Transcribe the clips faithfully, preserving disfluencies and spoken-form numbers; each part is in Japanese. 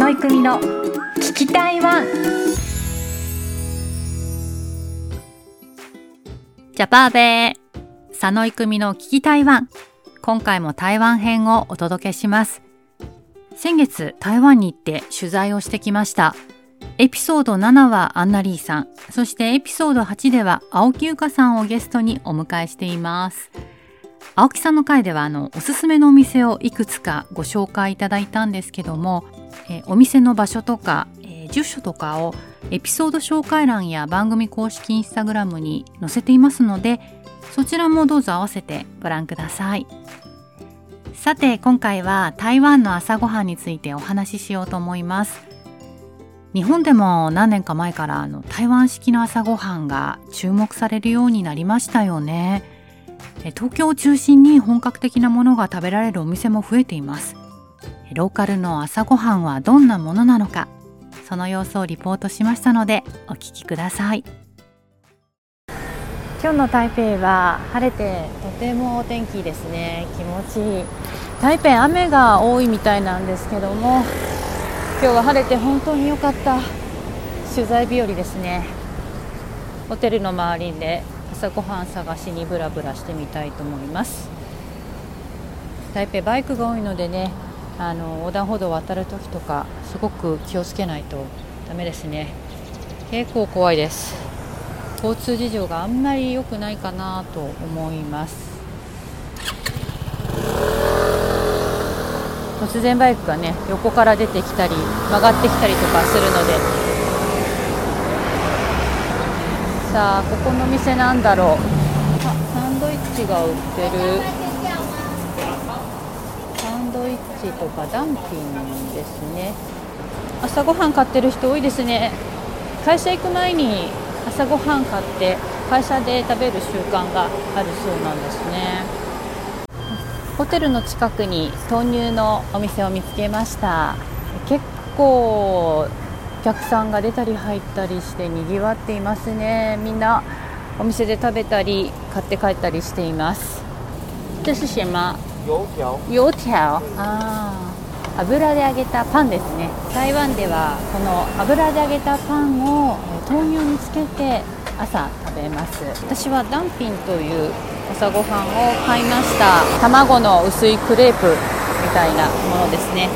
野郁美の聞き台湾。ジャパーベー佐野郁美の聞き台湾。今回も台湾編をお届けします。先月台湾に行って取材をしてきました。エピソードななはアンナリーさん、そしてエピソードはちでは青木由香さんをゲストにお迎えしています。青木さんの回ではあのおすすめのお店をいくつかご紹介いただいたんですけども、えお店の場所とか、えー、住所とかをエピソード紹介欄や番組公式インスタグラムに載せていますので、そちらもどうぞ合わせてご覧ください。さて今回は台湾の朝ごはんについてお話ししようと思います。日本でも何年か前からあの台湾式の朝ごはんが注目されるようになりましたよね。東京を中心に本格的なものが食べられるお店も増えています。ローカルの朝ごはんはどんなものなのか、その様子をリポートしましたのでお聞きください。今日の台北は晴れてとてもお天気ですね。気持ちいい。台北雨が多いみたいなんですけども、今日は晴れて本当に良かった。取材日和ですね。ホテルの周りで朝ごはん探しにブラブラしてみたいと思います。台北バイクが多いのでね、あの横断歩道を渡るときとかすごく気をつけないとダメですね。結構怖いです。交通事情があんまり良くないかなと思います。突然バイクがね横から出てきたり曲がってきたりとかするので、さあここの店なんだろう。あ、サンドイッチが売ってる。サンドイッチとかダンピンですね。朝ごはん買ってる人多いですね。会社行く前に朝ごはん買って会社で食べる習慣があるそうなんですね。ホテルの近くに豆乳のお店を見つけました。結構お客さんが出たり入ったりしてにぎわっていますね。みんなお店で食べたり買って帰ったりしています。这是什么？油条。油条。ああ、油で揚げたパンですね。台湾ではこの油で揚げたパンを豆乳につけて朝食べます。私はダンピンという朝ごはんを買いました。卵の薄いクレープみたいなものですね。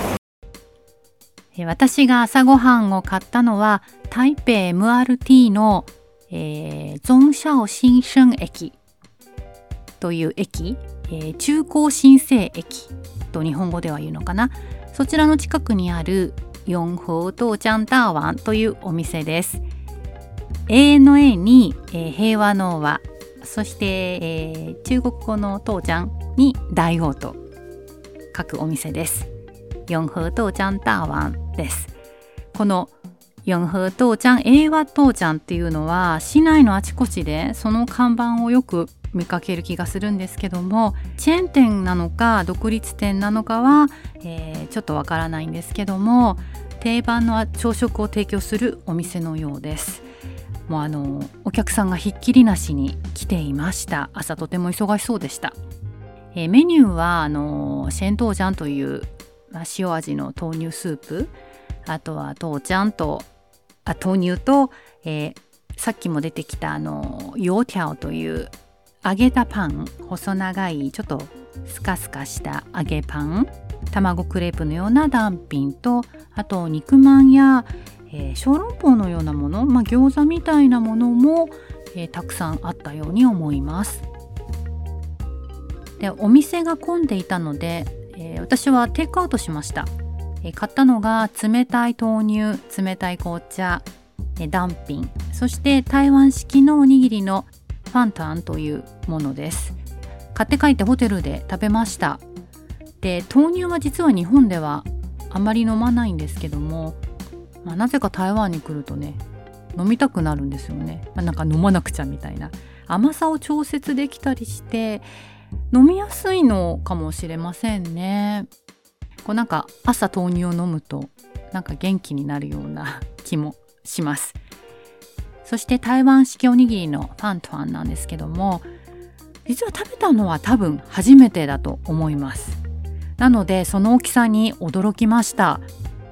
私が朝ごはんを買ったのは台北 エムアールティー の、えー、忠孝新生駅という駅、えー、中高新生駅と日本語では言うのかな。そちらの近くにある永和豆漿大王というお店です。永遠の永に、えー、平和の和、そして、えー、中国語の豆漿に大王と書くお店です。永和豆漿大王です。この永和豆漿、永和豆漿っていうのは市内のあちこちでその看板をよく見かける気がするんですけども、チェーン店なのか独立店なのかは、えー、ちょっとわからないんですけども、定番の朝食を提供するお店のようです。もうあのお客さんがひっきりなしに来ていました。朝とても忙しそうでした。えー、メニューはあのシェン豆漿という、まあ、塩味の豆乳スープ、あとは豆漿とあ豆乳と、えー、さっきも出てきたあの油条という揚げたパン、細長いちょっとスカスカした揚げパン、卵クレープのようなダンピンと、あと肉まんやえー、小籠包のようなもの、まあ、餃子みたいなものも、えー、たくさんあったように思います。で、お店が混んでいたので、えー、私はテイクアウトしました。えー、買ったのが冷たい豆乳、冷たい紅茶、えー、ダンピン、そして台湾式のおにぎりのファンタンというものです。買って帰ってホテルで食べました。で、豆乳は実は日本ではあまり飲まないんですけども、まあ、なぜか台湾に来るとね飲みたくなるんですよね。まあ、なんか飲まなくちゃみたいな、甘さを調節できたりして飲みやすいのかもしれませんね。こうなんか朝豆乳を飲むとなんか元気になるような気もします。そして台湾式おにぎりのファントワンなんですけども、実は食べたのは多分初めてだと思います。なのでその大きさに驚きました。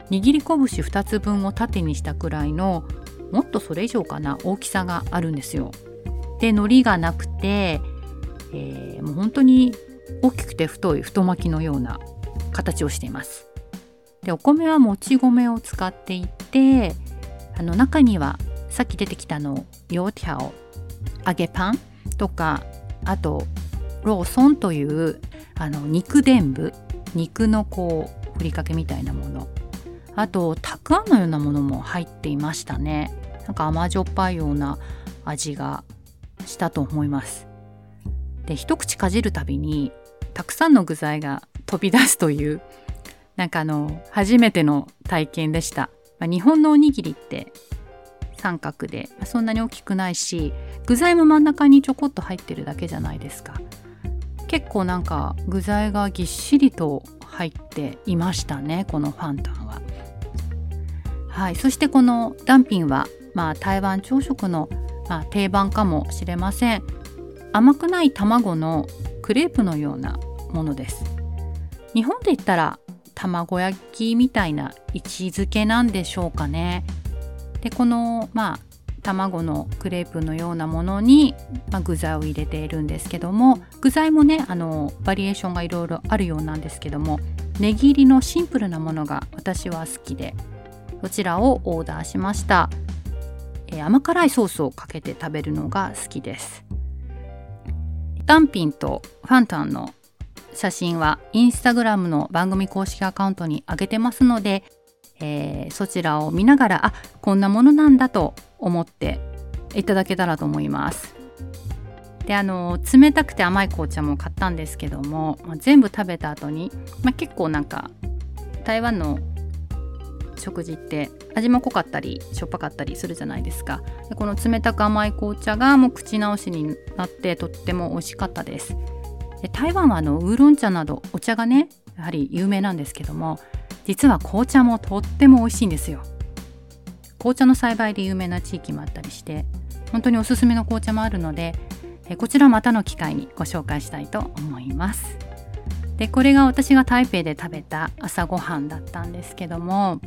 握り拳ふたつぶんを縦にしたくらいの、もっとそれ以上かな、大きさがあるんですよ。で海苔がなくて、えー、もう本当に大きくて太い太巻きのような形をしています。でお米はもち米を使っていて、あの中にはさっき出てきたのヨーティャオ、揚げパンとか、あとローソンというあの肉伝部、肉のこうふりかけみたいなもの、あとたくあんのようなものも入っていましたね。なんか甘じょっぱいような味がしたと思います。で一口かじるたびにたくさんの具材が飛び出すという、なんかあの初めての体験でした。まあ、日本のおにぎりって三角で、まあ、そんなに大きくないし、具材も真ん中にちょこっと入ってるだけじゃないですか。結構なんか具材がぎっしりと入っていましたね、このファンタンは。はい、そしてこのダンピンは、まあ、台湾朝食の、まあ、定番かもしれません。甘くない卵のクレープのようなものです。日本で言ったら卵焼きみたいな位置づけなんでしょうかね。でこの、まあ、卵のクレープのようなものに、まあ、具材を入れているんですけども、具材もね、あのバリエーションがいろいろあるようなんですけども、ネギ入りのシンプルなものが私は好きで、そちらをオーダーしました。えー、甘辛いソースをかけて食べるのが好きです。ダンピンとファンタンの写真はインスタグラムの番組公式アカウントに上げてますので、えー、そちらを見ながら、あ、こんなものなんだと思っていただけたらと思います。であの冷たくて甘い紅茶も買ったんですけども、まあ、全部食べた後に、まあ、結構なんか台湾の食事って味も濃かったりしょっぱかったりするじゃないですか。でこの冷たく甘い紅茶がもう口直しになってとっても美味しかったです。で台湾はあのウーロン茶などお茶がねやはり有名なんですけども、実は紅茶もとっても美味しいんですよ。紅茶の栽培で有名な地域もあったりして、本当におすすめの紅茶もあるので、えこちらまたの機会にご紹介したいと思います。でこれが私が台北で食べた朝ごはんだったんですけども、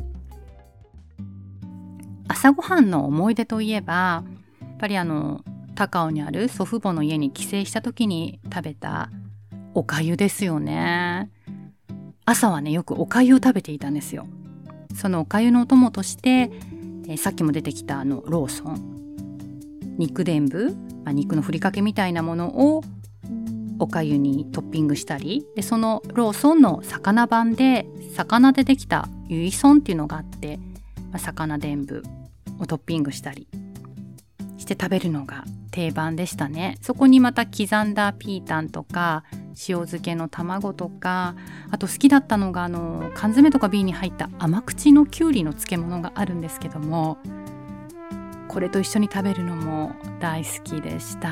朝ごはんの思い出といえば、やっぱりあの高雄にある祖父母の家に帰省した時に食べたお粥ですよね。朝はねよくお粥を食べていたんですよ。そのお粥のお供として、えー、さっきも出てきたあのローソン、肉伝部、まあ、肉のふりかけみたいなものをお粥にトッピングしたり、でそのローソンの魚版で魚でできたユイソンっていうのがあって、まあ、魚伝部をトッピングしたりして食べるのが定番でしたね。そこにまた刻んだピータンとか塩漬けの卵とか、あと好きだったのがあの缶詰とか瓶に入った甘口のきゅうりの漬物があるんですけども、これと一緒に食べるのも大好きでした。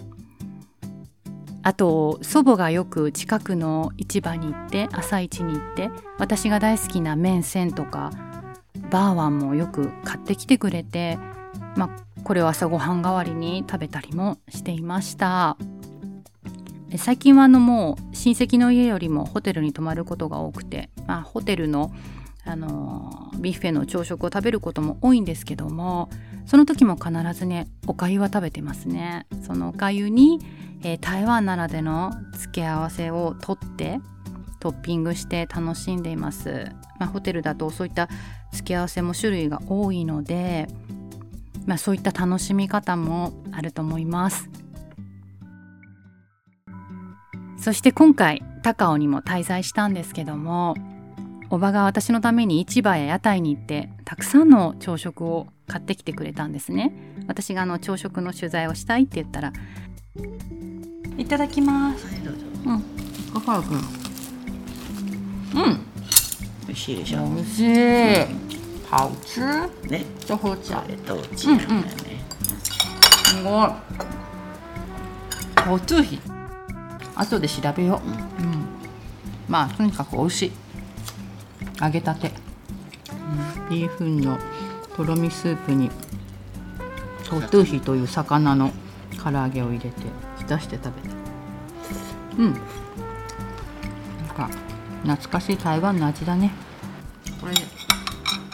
あと祖母がよく近くの市場に行って朝市に行って、私が大好きな麺線とかバーワンもよく買ってきてくれて、まあ、これを朝ごはん代わりに食べたりもしていました。最近はあのもう親戚の家よりもホテルに泊まることが多くて、まあ、ホテルの、あのー、ビュッフェの朝食を食べることも多いんですけども、その時も必ずねお粥は食べてますね。そのお粥に、えー、台湾ならでの付け合わせを取ってトッピングして楽しんでいます。まあ、ホテルだとそういった付け合わせも種類が多いので、まあ、そういった楽しみ方もあると思います。そして今回高雄にも滞在したんですけども、おばが私のために市場や屋台に行ってたくさんの朝食を買ってきてくれたんですね。私があの朝食の取材をしたいって言ったら、いただきます。 はい、どうぞ。 うん、おかわくん、うん、 美味しいでしょ。 美味しい。好吃。 ね。 と紅茶。 豆浆なんだよね。 すごい。交通費。後で調べよう。うん。まあとにかく美味しい。揚げたて。うん、ビーフンのとろみスープにトトゥーヒという魚の唐揚げを入れて浸して食べて。うん。なんか懐かしい台湾の味だね。 これ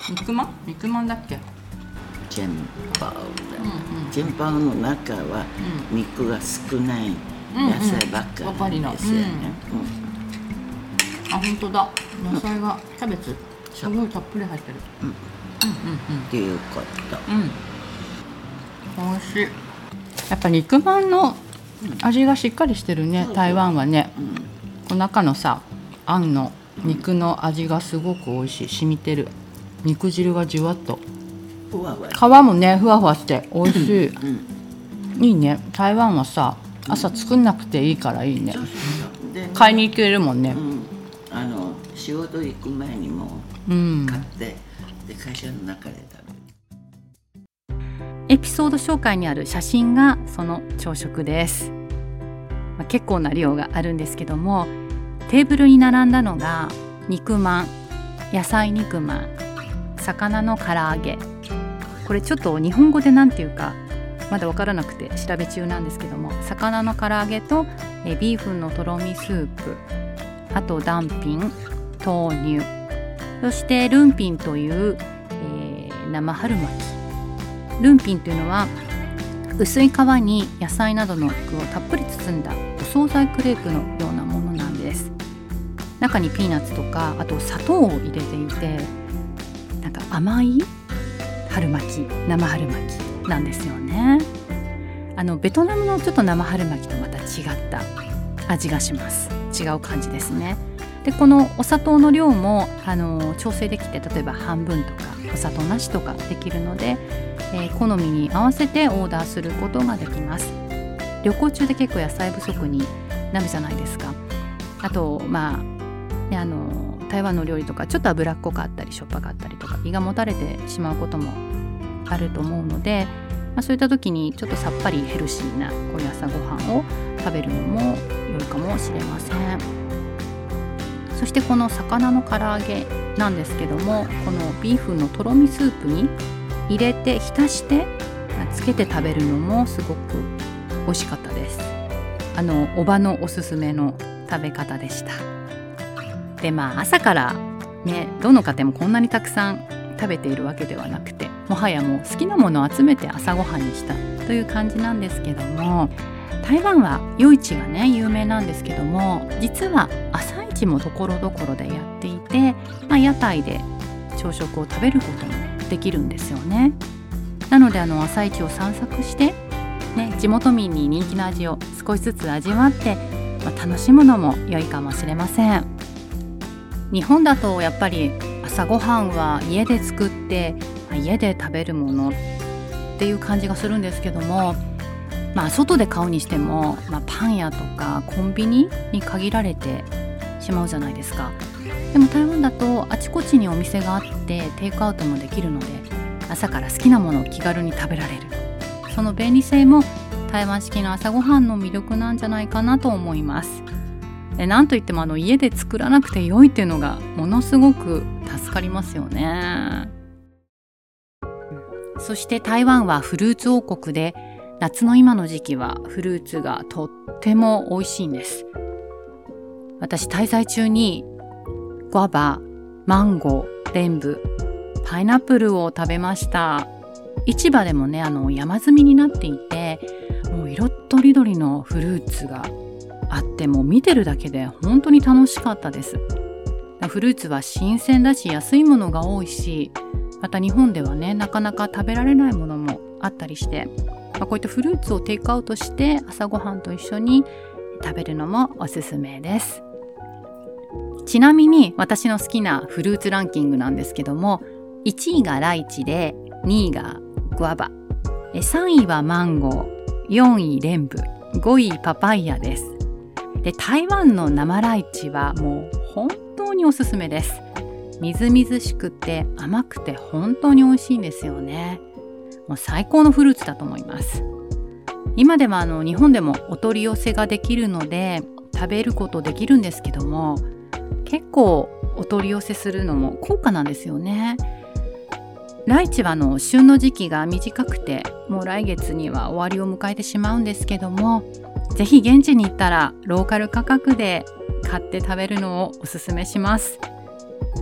肉まん肉まんだっけ。 チェンパオだ、 うんうん、 チェンパオの中は肉が少ない野菜ばっかりなんですよね、 うんうんうんうん、あ、本当だ。野菜がキャベツすごいたっぷり入ってる、うん、うんうんうんっていうこと、 うん、美味しい。やっぱ肉まんの味がしっかりしてるね、台湾はね、うん、この中のさあんの肉の味がすごく美味しい。染みてる。肉汁がじわっと、皮もねふわふわして美味しい、うんうん、いいね。台湾はさ朝作んなくていいからいいね。そうそうそうで買いに行けるもんね、うん、 あの仕事行く前にも買って、うん、で会社の中で食べる。 エピソード紹介にある写真がその朝食です、まあ、結構な量があるんですけども、テーブルに並んだのが肉まん、野菜肉まん、魚の唐揚げ。これちょっと日本語でなんていうかまだ分からなくて調べ中なんですけども、魚の唐揚げとえビーフンのとろみスープ、あとダンピン、豆乳、そしてルンピンという、えー、生春巻き。ルンピンというのは薄い皮に野菜などの具をたっぷり包んだお惣菜クレープのようなものなんです。中にピーナッツとかあと砂糖を入れていて、なんか甘い春巻き、生春巻きなんですよね。あのベトナムのちょっと生春巻きとまた違った味がします。違う感じですね。でこのお砂糖の量もあの調整できて、例えば半分とかお砂糖なしとかできるので、えー、好みに合わせてオーダーすることができます。旅行中で結構野菜不足になるじゃないですか。あとまあ、ね、あの台湾の料理とかちょっと脂っこかったりしょっぱかったりとか胃がもたれてしまうこともあると思うので、まあ、そういった時にちょっとさっぱりヘルシーなこういう朝ごはんを食べるのも良いかもしれません。そしてこの魚の唐揚げなんですけども、このビーフンのとろみスープに入れて浸してつけて食べるのもすごく美味しかったです。あのおばのおすすめの食べ方でした。でまあ朝からね、どの家庭もこんなにたくさん食べているわけではなくて、もはやもう好きなものを集めて朝ごはんにしたという感じなんですけども、台湾は夜市がね有名なんですけども、実は朝市もところどころでやっていて、まあ、屋台で朝食を食べることもできるんですよね。なのであの朝市を散策して、ね、地元民に人気の味を少しずつ味わって、まあ、楽しむのも良いかもしれません。日本だとやっぱり朝ごはんは家で作って、まあ、家で食べるものっていう感じがするんですけども、まあ外で買うにしても、まあ、パン屋とかコンビニに限られてしまうじゃないですか。でも台湾だとあちこちにお店があってテイクアウトもできるので、朝から好きなものを気軽に食べられる、その便利性も台湾式の朝ごはんの魅力なんじゃないかなと思います。でなんといってもあの家で作らなくて良いっていうのがものすごく助かりますよね。そして台湾はフルーツ王国で、夏の今の時期はフルーツがとっても美味しいんです。私滞在中にグァバ、マンゴー、レンブ、パイナップルを食べました。市場でもねあの山積みになっていて、もう色とりどりのフルーツがあって、もう見てるだけで本当に楽しかったです。フルーツは新鮮だし安いものが多いし、また日本ではねなかなか食べられないものもあったりして、まあ、こういったフルーツをテイクアウトして朝ごはんと一緒に食べるのもおすすめです。ちなみに私の好きなフルーツランキングなんですけども、いちいがライチでにいがグァバ、さんいはマンゴー、よんいレンブ、ごいパパイヤです。で台湾の生ライチはもう本当におすすめです。みずみずしくて甘くて本当に美味しいんですよね。もう最高のフルーツだと思います。今ではあの日本でもお取り寄せができるので食べることできるんですけども、結構お取り寄せするのも高価なんですよね。ライチはあの旬の時期が短くて、もう来月には終わりを迎えてしまうんですけども、ぜひ現地に行ったらローカル価格で買って食べるのをおすすめします。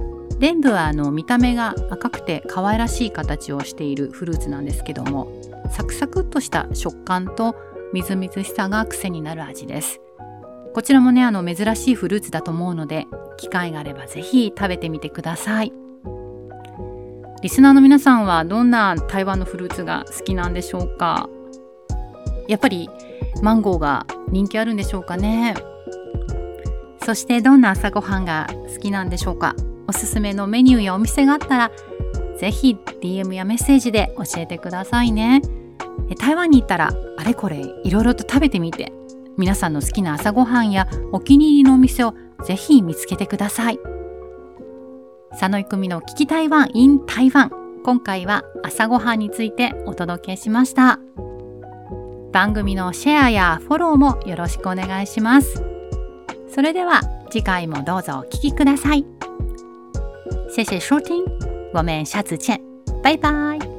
全部はあの見た目が赤くて可愛らしい形をしているフルーツなんですけども、サクサクっとした食感とみずみずしさが癖になる味です。こちらもね、あの珍しいフルーツだと思うので、機会があればぜひ食べてみてください。リスナーの皆さんはどんな台湾のフルーツが好きなんでしょうか？やっぱりマンゴーが人気あるんでしょうかね。そしてどんな朝ごはんが好きなんでしょうか？おすすめのメニューやお店があったらぜひ ディーエム やメッセージで教えてくださいね。台湾に行ったらあれこれいろいろと食べてみて、皆さんの好きな朝ごはんやお気に入りのお店をぜひ見つけてください。佐野郁美の聞き台湾 in 台湾、今回は朝ごはんについてお届けしました。番組のシェアやフォローもよろしくお願いします。それでは次回もどうぞお聞きください。谢谢收听，我们下次见，拜拜。